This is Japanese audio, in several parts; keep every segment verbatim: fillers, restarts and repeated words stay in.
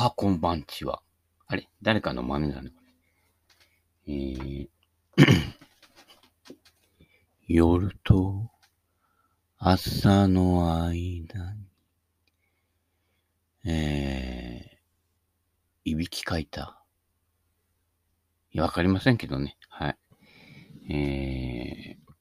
はこんばんちは。あれ誰かの真似だね、これ。えー、夜と朝の間に、えー、いびきかいた。いや、わかりませんけどね。はい。えー、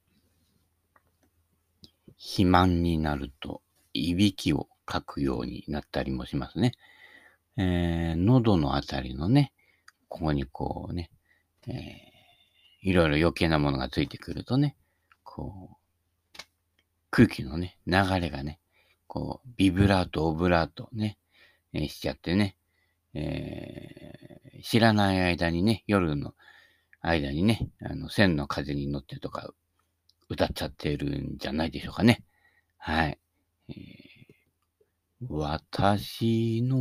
肥満になると、いびきをかくようになったりもしますね。えー、喉のあたりのね、ここにこうね、えー、いろいろ余計なものがついてくるとね、こう、空気のね、流れがね、こう、ビブラート、オブラートね、えーしちゃってね、えー知らない間にね、夜の間にね、あの、千の風に乗ってとか歌っちゃってるんじゃないでしょうかね。はい。えー私の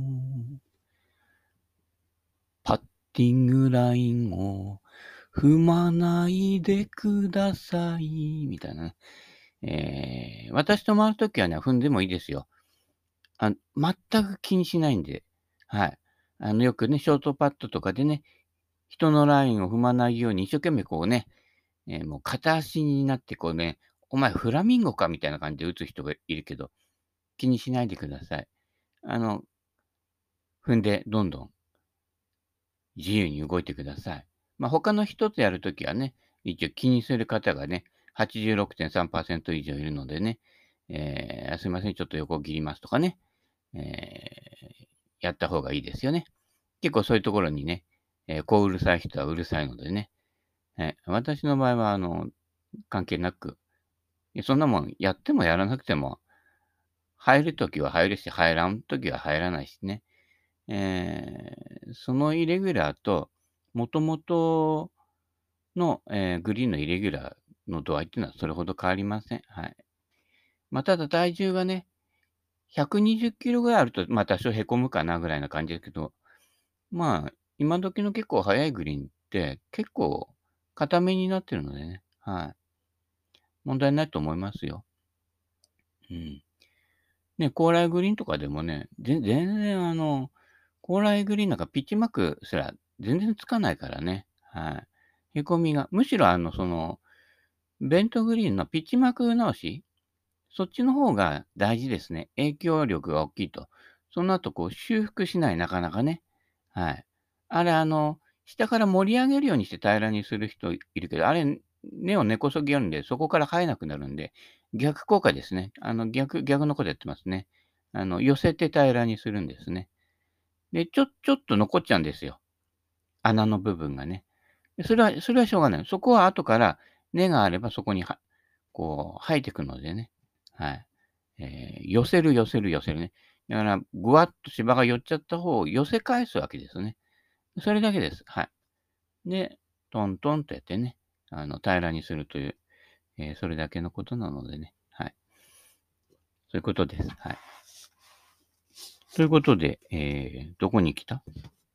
パッティングラインを踏まないでください。みたいなね。えー私と回るときはね、踏んでもいいですよ。あ全く気にしないんで。はい。あの、よくね、ショートパットとかでね、人のラインを踏まないように一生懸命こうね、えーもう片足になってこうね、お前フラミンゴかみたいな感じで打つ人がいるけど、気にしないでください。あの、踏んでどんどん自由に動いてください。まあ、他の人とやるときはね、一応気にする方がね、はちじゅうろくてんさんパーセント以上いるのでね、えーすいません、ちょっと横切りますとかね、えーやった方がいいですよね。結構そういうところにね、えー、こううるさい人はうるさいのでね、はい、私の場合は、あの、関係なく、そんなもんやってもやらなくても、入るときは入るし、入らんときは入らないしね。えーそのイレギュラーと、もともとの、えーグリーンのイレギュラーの度合いっていうのはそれほど変わりません。はい。まあ、ただ体重がね、ひゃくにじゅっキロぐらいあると、まあ、多少へこむかなぐらいな感じですけど、まあ、今時の結構速いグリーンって、結構硬めになってるのでね、はい。問題ないと思いますよ。うん。ね、高麗グリーンとかでもね、ぜ全然あの、高麗グリーンなんかピッチマークすら全然つかないからね。はい。へこみが、むしろあの、その、ベントグリーンのピッチマーク直し、そっちの方が大事ですね。影響力が大きいと。その後こう修復しない、なかなかね。はい。あれあの、下から盛り上げるようにして平らにする人いるけど、あれ、根を根こそぎやるんで、そこから生えなくなるんで、逆効果ですね。あの、逆逆のことやってますね。あの、寄せて平らにするんですね。で、ちょちょっと残っちゃうんですよ。穴の部分がね。で、それはそれはしょうがない。そこは後から根があればそこにはこう生えてくのでね。はい。えー寄せる寄せる寄せるね。だから、ぐわっと芝が寄っちゃった方を寄せ返すわけですね。それだけです。はい。で、トントンとやってね、あの、平らにするという、えーそれだけのことなのでね。はい。そういうことです。はい。ということで、えーどこに来た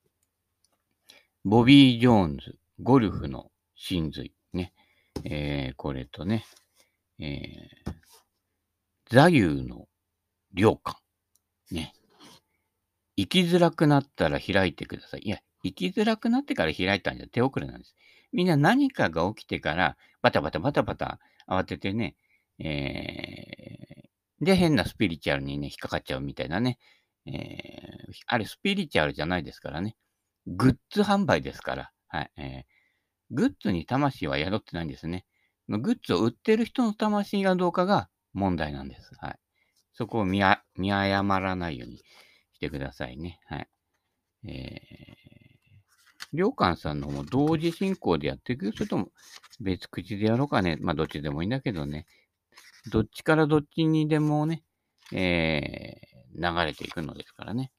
ボビー・ジョーンズ、ゴルフの真髄。ね。えーこれとね、えー座右の良寛。ね。生きづらくなったら開いてください。いや、生きづらくなってから開いたんじゃ手遅れなんです。みんな何かが起きてから、バタバタバタバタ慌ててね、えー、で、変なスピリチュアルにね、引っかかっちゃうみたいなね。えー、あれスピリチュアルじゃないですからね。グッズ販売ですから。はい。えー、グッズに魂は宿ってないんですね。グッズを売ってる人の魂がどうかが問題なんです。はい。そこを見あ見誤らないようにしてくださいね。はい。えー、りょうかんさんのも同時進行でやっていく？それとも別口でやろうかね。まあ、どっちでもいいんだけどね。どっちからどっちにでもね、えー、流れていくのですからね。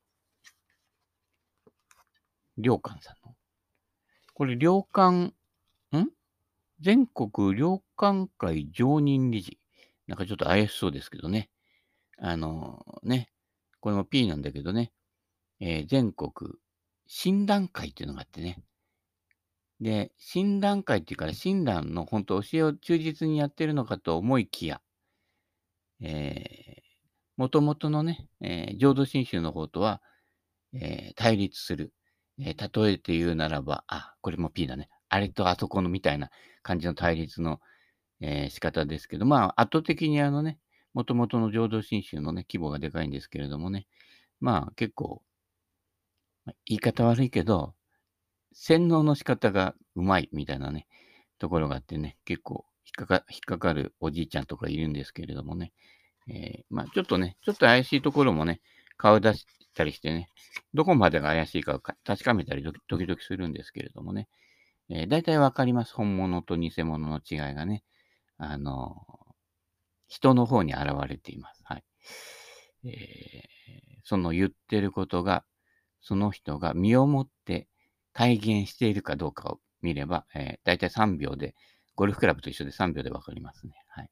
りょうかんさんの。これ、良寛、ん全国良寛会常任理事。なんかちょっと怪しそうですけどね。あのね、これも P なんだけどね、えー全国診断会っていうのがあってね。で、診断会っていうから、親鸞の本当教えを忠実にやってるのかと思いきや、えー、もともとのね、えー浄土真宗の方とは、 えー対立する。えー例えて言うならば、あ、これも P だね。あれとあそこのみたいな感じの対立の、えー仕方ですけど、まあ、圧倒的にあのね、もともとの浄土真宗のね、規模がでかいんですけれどもね、まあ、結構、ま言い方悪いけど、洗脳の仕方がうまいみたいなね、ところがあってね、結構引っかか引っかかるおじいちゃんとかいるんですけれどもね。えー、まあ、ちょっとね、ちょっと怪しいところもね、顔出したりしてね、どこまでが怪しいかをか確かめたり、時時々するんですけれどもね。えー、大体わかります。本物と偽物の違いがね、あの、人の方に現れています。はい。えー、その言ってることが、その人が身をもって体現しているかどうかを見れば、えー、大体さんびょうで、ゴルフクラブと一緒でさんびょうでわかりますね。はい。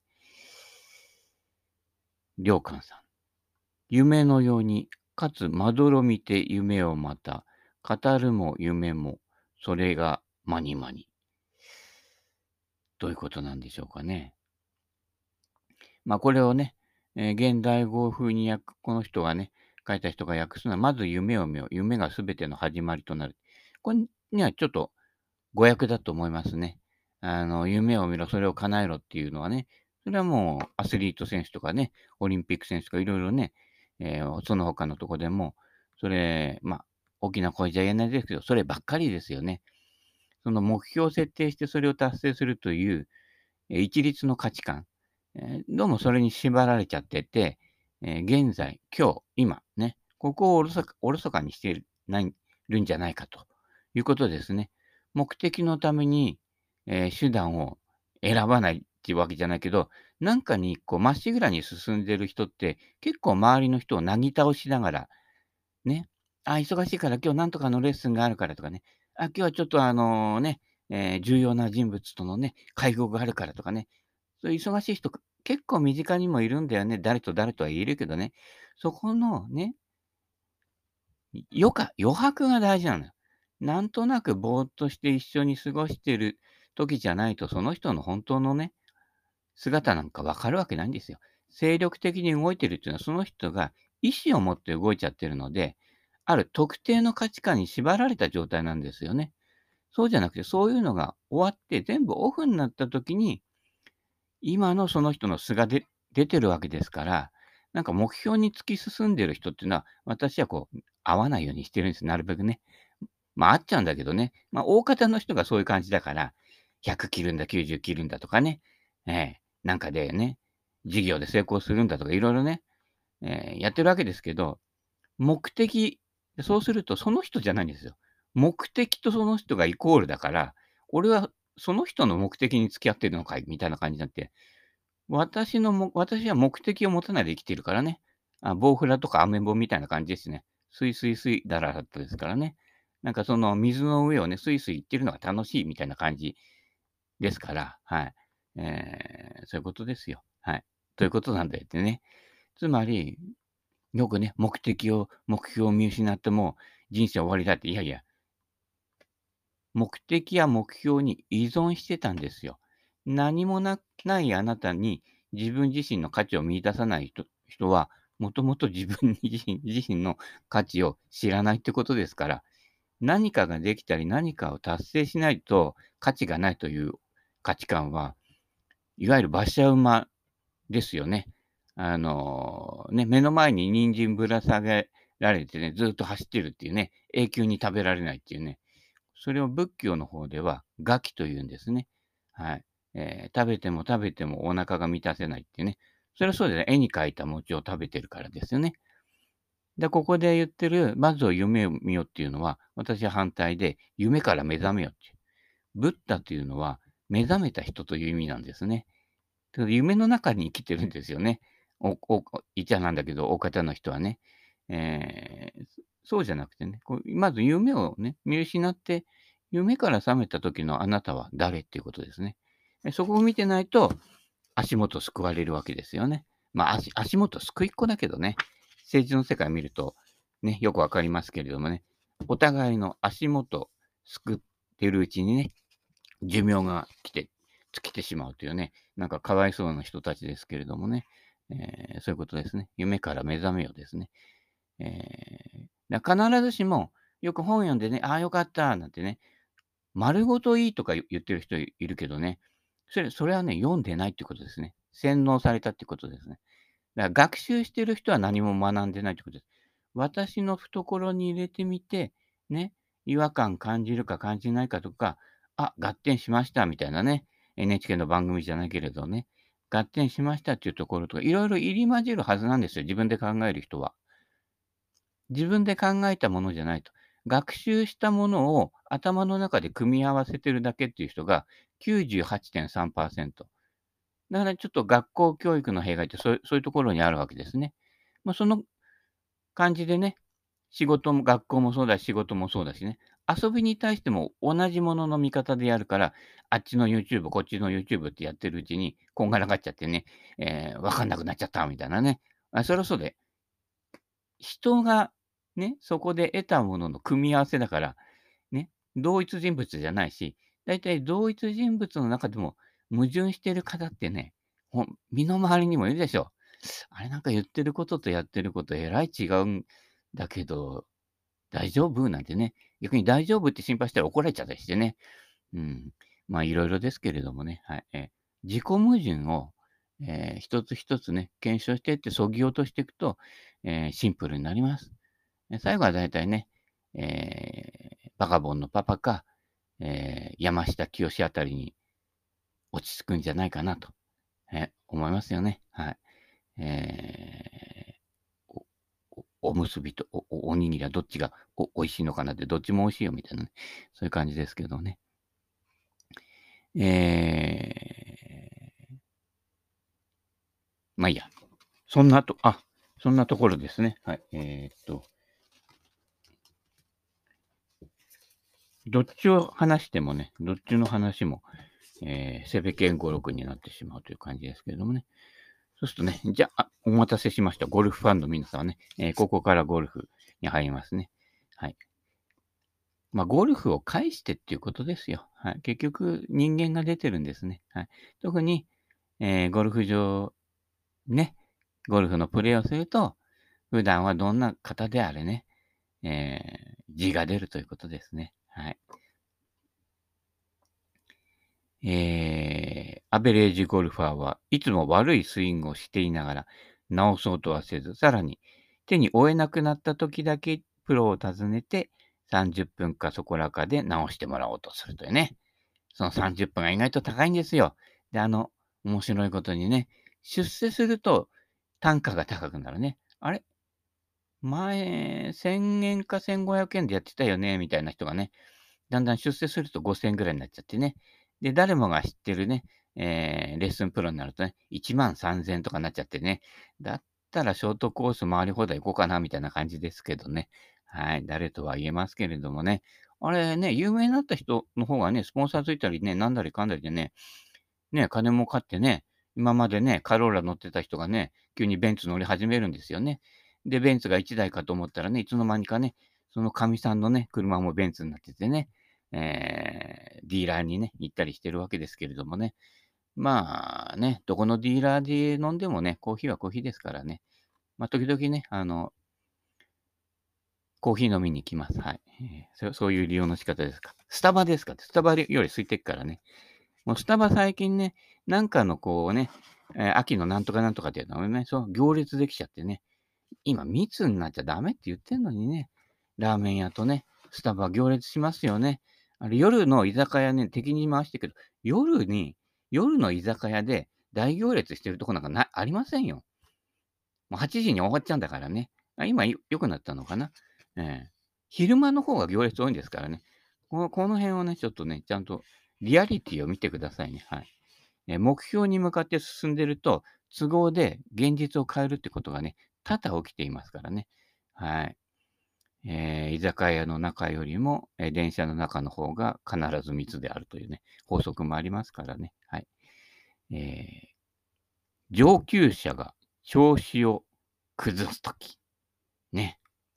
りょうかんさん。夢のように、かつまどろみて夢をまた、語るも夢も、それがまにまに。どういうことなんでしょうかね。まあ、これをね、えー現代語風に訳この人がね、書いた人が訳すのは、まず夢を見よう。夢がすべての始まりとなる。これにはちょっと誤訳だと思いますね。あの、夢を見ろ、それを叶えろっていうのはね、それはもうアスリート選手とかね、オリンピック選手とかいろいろね、えーその他のとこでも、それ、まあ、大きな声じゃ言えないですけど、そればっかりですよね。その目標を設定してそれを達成するという、えー一律の価値観、えーどうもそれに縛られちゃってて、えー現在、今日、今、ね、ここをおろそかおろそかにしているないるんじゃないかということですね。目的のために、えー手段を選ばないっていうわけじゃないけど、なんかにこうまっしぐらに進んでる人って、結構周りの人をなぎ倒しながら、ね、あ、忙しいから今日なんとかのレッスンがあるからとかね、あ、今日はちょっとあのね、えー重要な人物とのね、会合があるからとかね、そういう忙しい人、結構身近にもいるんだよね。誰と誰とは言えるけどね。そこのね、余か余白が大事なのよ。なんとなくぼーっとして一緒に過ごしてる時じゃないと、その人の本当のね、姿なんかわかるわけないんですよ。精力的に動いてるっていうのは、その人が意思を持って動いちゃってるので、ある特定の価値観に縛られた状態なんですよね。そうじゃなくて、そういうのが終わって全部オフになった時に、今のその人の素がで出てるわけですから、なんか目標に突き進んでる人っていうのは、私はこう、会わないようにしてるんです。なるべくね。まあ、会っちゃうんだけどね。まあ、大方の人がそういう感じだから、ひゃく切るんだ、きゅうじゅう切るんだとかね。ええ、なんかでね、事業で成功するんだとかいろいろね、ええ、やってるわけですけど、目的そうするとその人じゃないんですよ。目的とその人がイコールだから、俺はその人の目的に付き合ってるのかいみたいな感じになって、私のも私は目的を持たないで生きているからね。あ、ボウフラとかアメンボみたいな感じですね。スイスイスイダラダットですからね。なんかその水の上をね、スイスイ行ってるのが楽しいみたいな感じですから、はい。えーそういうことですよ。はい。ということなんだよってね。つまり、よくね、目的を目標を見失っても人生終わりだって、いやいや、目的や目標に依存してたんですよ。何もなないあなたに自分自身の価値を見出さない人人は、もともと自分自身自身の価値を知らないってことですから、何かができたり何かを達成しないと価値がないという価値観は、いわゆる馬車馬ですよね。あの、ね、目の前に人参ぶら下げられてね、ずっと走ってるっていうね、永久に食べられないっていうね、それを仏教の方では、餓鬼というんですね。はい。えー食べても食べてもお腹が満たせないっていうね。それはそうですね。絵に描いた餅を食べてるからですよね。で、ここで言ってる、まずは夢を見よっていうのは、私は反対で、夢から目覚めよっていう。ブッダというのは、目覚めた人という意味なんですね。だから夢の中に生きてるんですよね。おおいちゃなんだけど、大方の人はね。えーそうじゃなくてね、こうまず夢をね、見失って、夢から覚めた時のあなたは誰っていうことですね。えそこを見てないと、足元救われるわけですよね。まあ、足足元救いっ子だけどね、政治の世界を見ると、ね、よくわかりますけれどもね、お互いの足元救ってるうちにね、寿命が来て尽きてしまうというね、なんかかわいそうな人たちですけれどもね、えーそういうことですね。夢から目覚めよですね。えーだから必ずしも、よく本読んでね、ああ、よかった、なんてね、丸ごといいとか言言ってる人いいるけどね、それそれはね、読んでないってことですね。洗脳されたってことですね。だから学習してる人は何も学んでないってことです。私の懐に入れてみて、ね、違和感感じるか感じないかとか、あ、合点しましたみたいなね、エヌエイチケー の番組じゃないけれどね、合点しましたっていうところとか、いろいろ入り混じるはずなんですよ、自分で考える人は。自分で考えたものじゃないと。学習したものを頭の中で組み合わせてるだけっていう人がきゅうじゅうはちてんさんパーセント。だからちょっと学校教育の弊害ってそういうそういうところにあるわけですね。まあ、その感じでね、仕事も学校もそうだし、仕事もそうだしね、遊びに対しても同じものの見方でやるから、あっちの YouTube、こっちの YouTube ってやってるうちに、こんがらがっちゃってね、えー、わかんなくなっちゃったみたいなね。あ、それはそうで、人がね、そこで得たものの組み合わせだから、ね、同一人物じゃないし、だいたい同一人物の中でも矛盾してる方ってね、ほん身の回りにもいるでしょ。あれなんか言ってることとやってることえらい違うんだけど、大丈夫？なんてね、逆に大丈夫って心配したら怒られちゃったりしてね。うん。まあ、いろいろですけれどもね、はい。えー自己矛盾を、えー一つ一つね、検証していって、削ぎ落としていくと、えーシンプルになります。で最後はだいたいね、えーバカボンのパパか、えー山下清あたりに落ち着くんじゃないかなと、えー思いますよね。はい。えーおおおむすびとおおおにぎりはどっちがお美味しいのかなって、どっちも美味しいよみたいなね、そういう感じですけどね。ええ、ま、いいや。そんなとあ、そんなところですね。はい。えーっと、どっちを話してもね、どっちの話も、ええ、セベケン語録になってしまうという感じですけれどもね。そうするとね、じゃあ、お待たせしました。ゴルフファンの皆さんはね、えーここからゴルフに入りますね。はい。まあ、ゴルフを介してっていうことですよ。はい。結局、人間が出てるんですね。はい。特に、えーゴルフ場、ね、ゴルフのプレーをすると、普段はどんな方であれね、えー字が出るということですね。はい。えーアベレージゴルファーはいつも悪いスイングをしていながら直そうとはせず、さらに手に負えなくなった時だけプロを訪ねてさんじゅっぷんかそこらかで直してもらおうとするというね。そのさんじゅっぷんが意外と高いんですよ。で、あの、面白いことにね、出世すると単価が高くなるね。あれ前、せんえんかせんごひゃくえんでやってたよね、みたいな人がね、だんだん出世するとごせんえんぐらいになっちゃってね。で、誰もが知ってるね、えーレッスンプロになるとね、いちまんさんぜんえんとかなっちゃってね。だったらショートコース回り放題行こうかなみたいな感じですけどね。はい、誰とは言えますけれどもね。あれね、有名になった人の方がね、スポンサーついたりね、なんだりかんだりでね、ね、金儲かってね、今までね、カローラ乗ってた人がね、急にベンツ乗り始めるんですよね。で、ベンツがいちだいかと思ったらね、いつの間にかね、そのかみさんのね、車もベンツになっててね、えーディーラーにね、行ったりしてるわけですけれどもね。まあね、どこのディーラーで飲んでもね、コーヒーはコーヒーですからね。まあ、時々ね、あの、コーヒー飲みに行きます。はい。えーそそういう利用の仕方ですか。スタバですかって、スタバより空いてっからね。もうスタバ最近ね、なんかのこうね、えー秋のなんとかなんとかっていうのはね、そう、行列できちゃってね、今密になっちゃダメって言ってんのにね、ラーメン屋とね、スタバ行列しますよね。あれ夜の居酒屋ね、敵に回してるけど、夜に、夜の居酒屋で大行列してるとこなんかなありませんよ。もうはちじに終わっちゃうんだからね。あ、今よ良くなったのかな。ええ。昼間の方が行列多いんですからね。このこの辺をね、ちょっとね、ちゃんとリアリティを見てくださいね。はい。え、目標に向かって進んでると、都合で現実を変えるってことがね、多々起きていますからね。はい。えー居酒屋の中よりも、え、電車の中の方が必ず密であるというね、法則もありますからね。はい。えー上級者が調子を崩すとき、ね。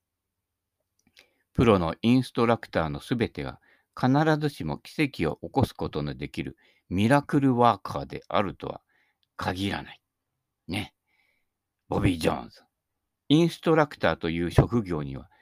プロのインストラクターのすべてが必ずしも奇跡を起こすことのできるミラクルワーカーであるとは限らない。ね。ボビー・ジョーンズ。インストラクターという職業には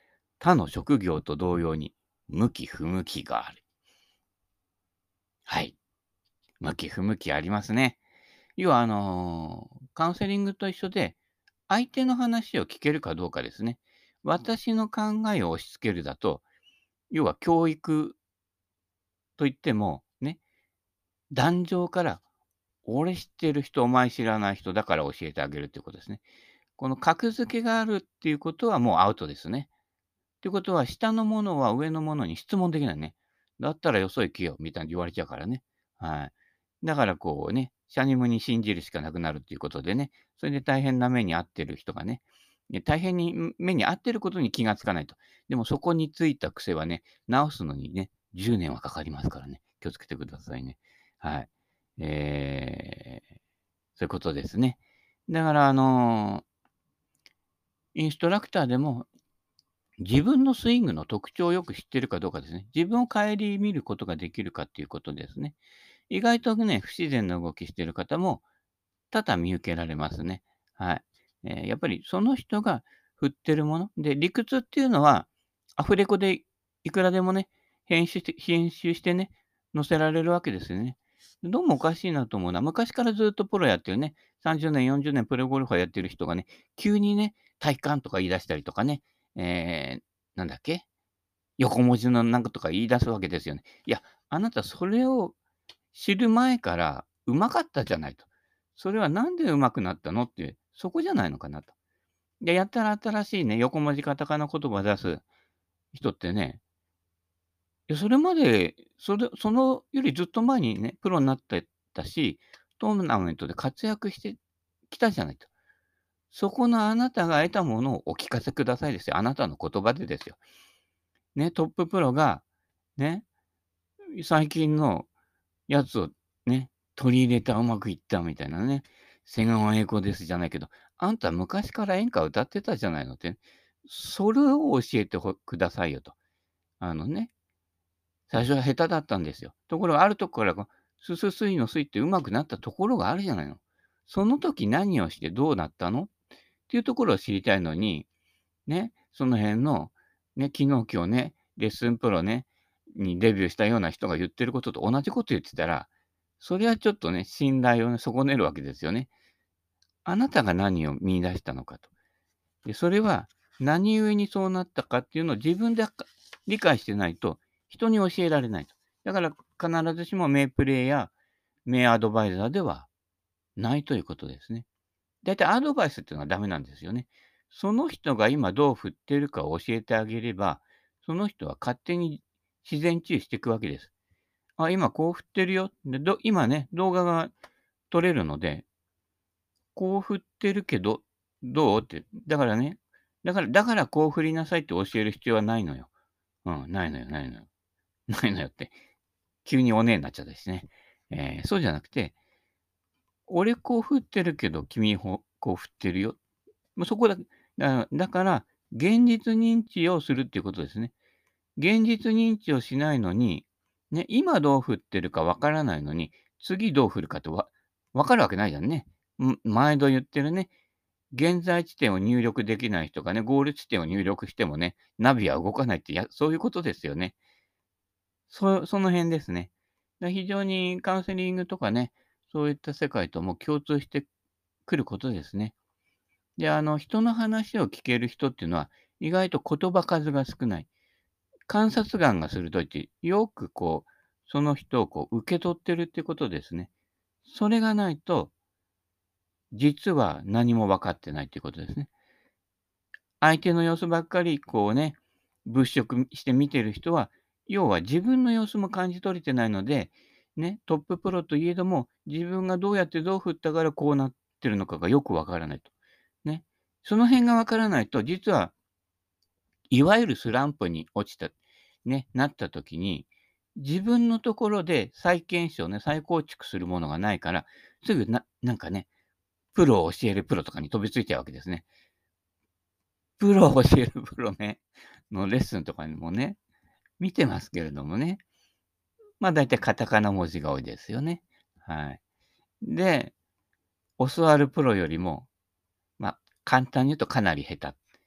他の職業と同様に、向き不向きがある。はい。向き不向きありますね。要はあの、カウンセリングと一緒で、相手の話を聞けるかどうかですね。私の考えを押し付けるだと、要は教育といっても、ね、壇上から、俺知ってる人、お前知らない人だから教えてあげるっていうことですね。この格付けがあるっていうことはもうアウトですね。っていうことは、下の者は上の者に質問できないね。だったらよそ行けよみたいに言われちゃうからね。はい。だからこうね、シャニムに信じるしかなくなるっていうことでね、それで大変な目に遭ってる人がね、ね大変にん目に遭ってることに気がつかないと。でもそこについた癖はね、直すのにね、じゅうねんはかかりますからね。気をつけてくださいね。はい。えー、そういうことですね。だからあの、インストラクターでも自分のスイングの特徴をよく知ってるかどうかですね。自分を顧みることができるかっていうことですね。意外とね、不自然な動きしている方も多々見受けられますね。はい。えーやっぱりその人が振ってるもの。で、理屈っていうのは、アフレコでいくらでもね、編集して、編集してね、載せられるわけですよね。どうもおかしいなと思うのは、昔からずっとプロやってるね、さんじゅうねん、よんじゅうねんプロゴルファーやってる人がね、急にね、体幹とか言い出したりとかね、えー、なんだっけ横文字のなんかとか言い出すわけですよね。いや、あなたそれを知る前から上手かったじゃないと。それはなんで上手くなったのって、そこじゃないのかなと。で、やったら新しいね、横文字カタカナ言葉出す人ってね、いや、それまで、それそのよりずっと前にね、プロになってたし、トーナメントで活躍してきたじゃないと。そこのあなたが得たものをお聞かせくださいですよ。あなたの言葉でですよ。ね、トッププロが、ね、最近のやつをね、取り入れた、うまくいったみたいなね、瀬川栄子ですじゃないけど、あんた昔から演歌歌ってたじゃないのって、それを教えてほくださいよと。あのね、最初は下手だったんですよ。ところがあるとこからこう、スススイのスイって上手くなったところがあるじゃないの。その時何をしてどうなったのっていうところを知りたいのに、ね、その辺の、ね、昨日今日ね、レッスンプロね、にデビューしたような人が言ってることと同じこと言ってたら、それはちょっとね、信頼をね、損ねるわけですよね。あなたが何を見出したのかと。で、それは何故にそうなったかっていうのを自分でか理解してないと、人に教えられないと。だから必ずしも名プレイヤー、名アドバイザーではないということですね。だいたいアドバイスっていうのはダメなんですよね。その人が今どう振ってるかを教えてあげれば、その人は勝手に自然治癒していくわけです。あ、今こう振ってるよ。で、ど今ね、動画が撮れるので、こう振ってるけど、どうって。だからね、だからだからこう振りなさいって教える必要はないのよ。うん、ないのよないのよ。ないのよって、急におねえになっちゃったしね。えーそうじゃなくて、俺こう振ってるけど、君ほこう振ってるよ。もうそこだけだだから、現実認知をするっていうことですね。現実認知をしないのに、ね、今どう振ってるかわからないのに、次どう振るかってわ分かるわけないじゃんね。ん、毎度言ってるね、現在地点を入力できない人がね、ゴール地点を入力してもね、ナビは動かないって、やそういうことですよね。そその辺ですね。だ、非常にカウンセリングとかね、そういった世界とも共通してくることですね。で、あの、人の話を聞ける人っていうのは、意外と言葉数が少ない。観察眼が鋭いって、よくこう、その人をこう受け取ってるってことですね。それがないと、実は何も分かってないっていうことですね。相手の様子ばっかりこうね、物色して見てる人は、要は自分の様子も感じ取れてないので、ね、トッププロといえども、自分がどうやってどう振ったからこうなってるのかがよくわからないと。ね。その辺がわからないと、実はいわゆるスランプに落ちた、ね、なった時に、自分のところで再検証ね、再構築するものがないから、すぐななんかね、プロを教えるプロとかに飛びついちゃうわけですね。プロを教えるプロね、のレッスンとかにもね、見てますけれどもね、ま、大体カタカナ文字が多いですよね。はい。で、教わるプロよりも、ま、簡単に言うとかなり下手。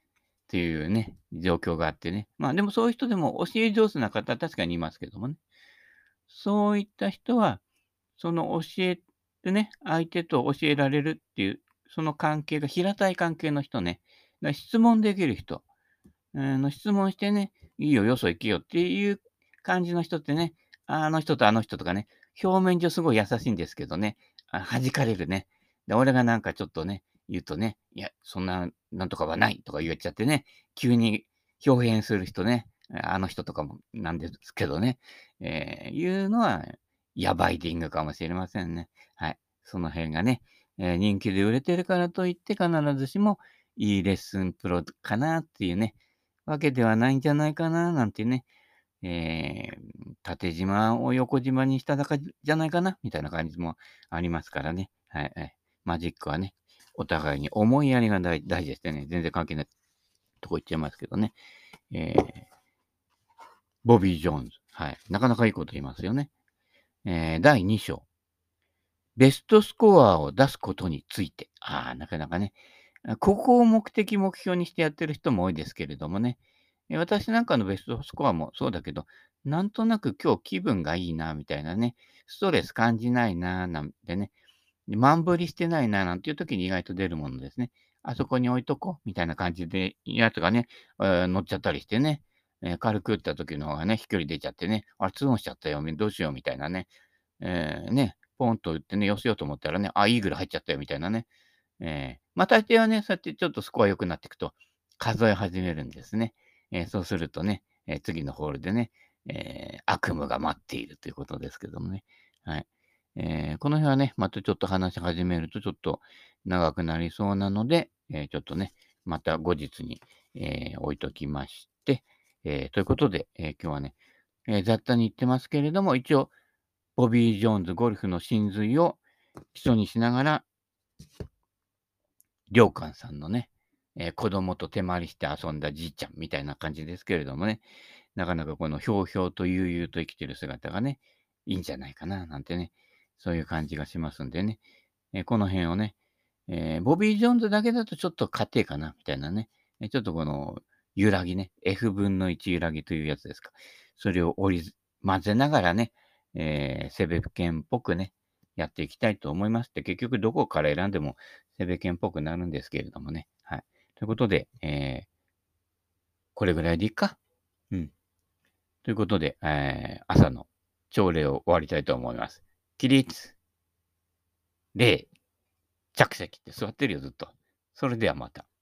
っていうね、状況があってね。まあ、でもそういう人でも教え上手な方、確かにいますけどもね。そういった人は、その教えてね、相手と教えられるっていう、その関係が平たい関係の人ね。だ質問できる人。あの、質問してね、いいよ、よそ行けよっていう感じの人ってね、あの人とあの人とかね、表面上すごい優しいんですけどね、あ、弾かれるね。で、俺がなんかちょっとね、言うとね、いや、そんな、なんとかはないとか言っちゃってね、急に表現する人ね、あの人とかもなんですけどね、えーいうのは、ヤバイディングかもしれませんね。はい。その辺がね、えー人気で売れてるからといって必ずしもいいレッスンプロかなっていうね、わけではないんじゃないかななんてね、えー縦縞を横縞にしただかじゃないかなみたいな感じもありますからね。はい、はい。マジックはね、お互いに思いやりが大大事ですね。全然関係ないとこ言っちゃいますけどね。えーボビー・ジョーンズ。はい。なかなかいいこと言いますよね。えーだいに章。ベストスコアを出すことについて。ああ、なかなかね。あ、ここを目的、目標にしてやってる人も多いですけれどもね。え、私なんかのベストスコアもそうだけど、なんとなく今日気分がいいなみたいなね、ストレス感じないななんてね、満振りしてないななんていう時に意外と出るものですね。あそこに置いとこうみたいな感じで、やつがね、えー乗っちゃったりしてね、えー軽く打った時の方がね、飛距離出ちゃってね、あれ、ツーオンしちゃったよ、どうしようみたいなね。えーね、ポンと打ってね、寄せようと思ったらね、あ、イーグル入っちゃったよみたいなね。ええ、ま、大抵はね、そうやってちょっとスコア良くなっていくと、数え始めるんですね。えーそうするとね、え、次のホールでね、えー悪夢が待っているということですけどもね。はい。えーこの辺はね、またちょっと話し始めるとちょっと長くなりそうなので、えーちょっとね、また後日に、えー置いときまして、えーということで、えー今日はね、えー雑多に言ってますけれども、一応ボビー・ジョーンズゴルフの真髄を基礎にしながら、りょうかんさんのね、えー子供と手回りして遊んだじいちゃんみたいな感じですけれどもね、なかなかこのひょうひょうと悠々と生きてる姿がね、いいんじゃないかななんてね、そういう感じがしますんでね、えーこの辺をね、えーボビー・ジョーンズだけだとちょっと家庭かなみたいなね、え、ちょっとこの揺らぎね、エフぶんのいち揺らぎというやつですか。それを織り混ぜながらね、えーセベケンっぽくね、やっていきたいと思いますって、結局どこから選んでもセベケンっぽくなるんですけれどもね。はい。ということで、えーこれぐらいでいいか。うん。ということで、えー朝の朝礼を終わりたいと思います。起立、礼、着席って座ってるよ、ずっと。それではまた。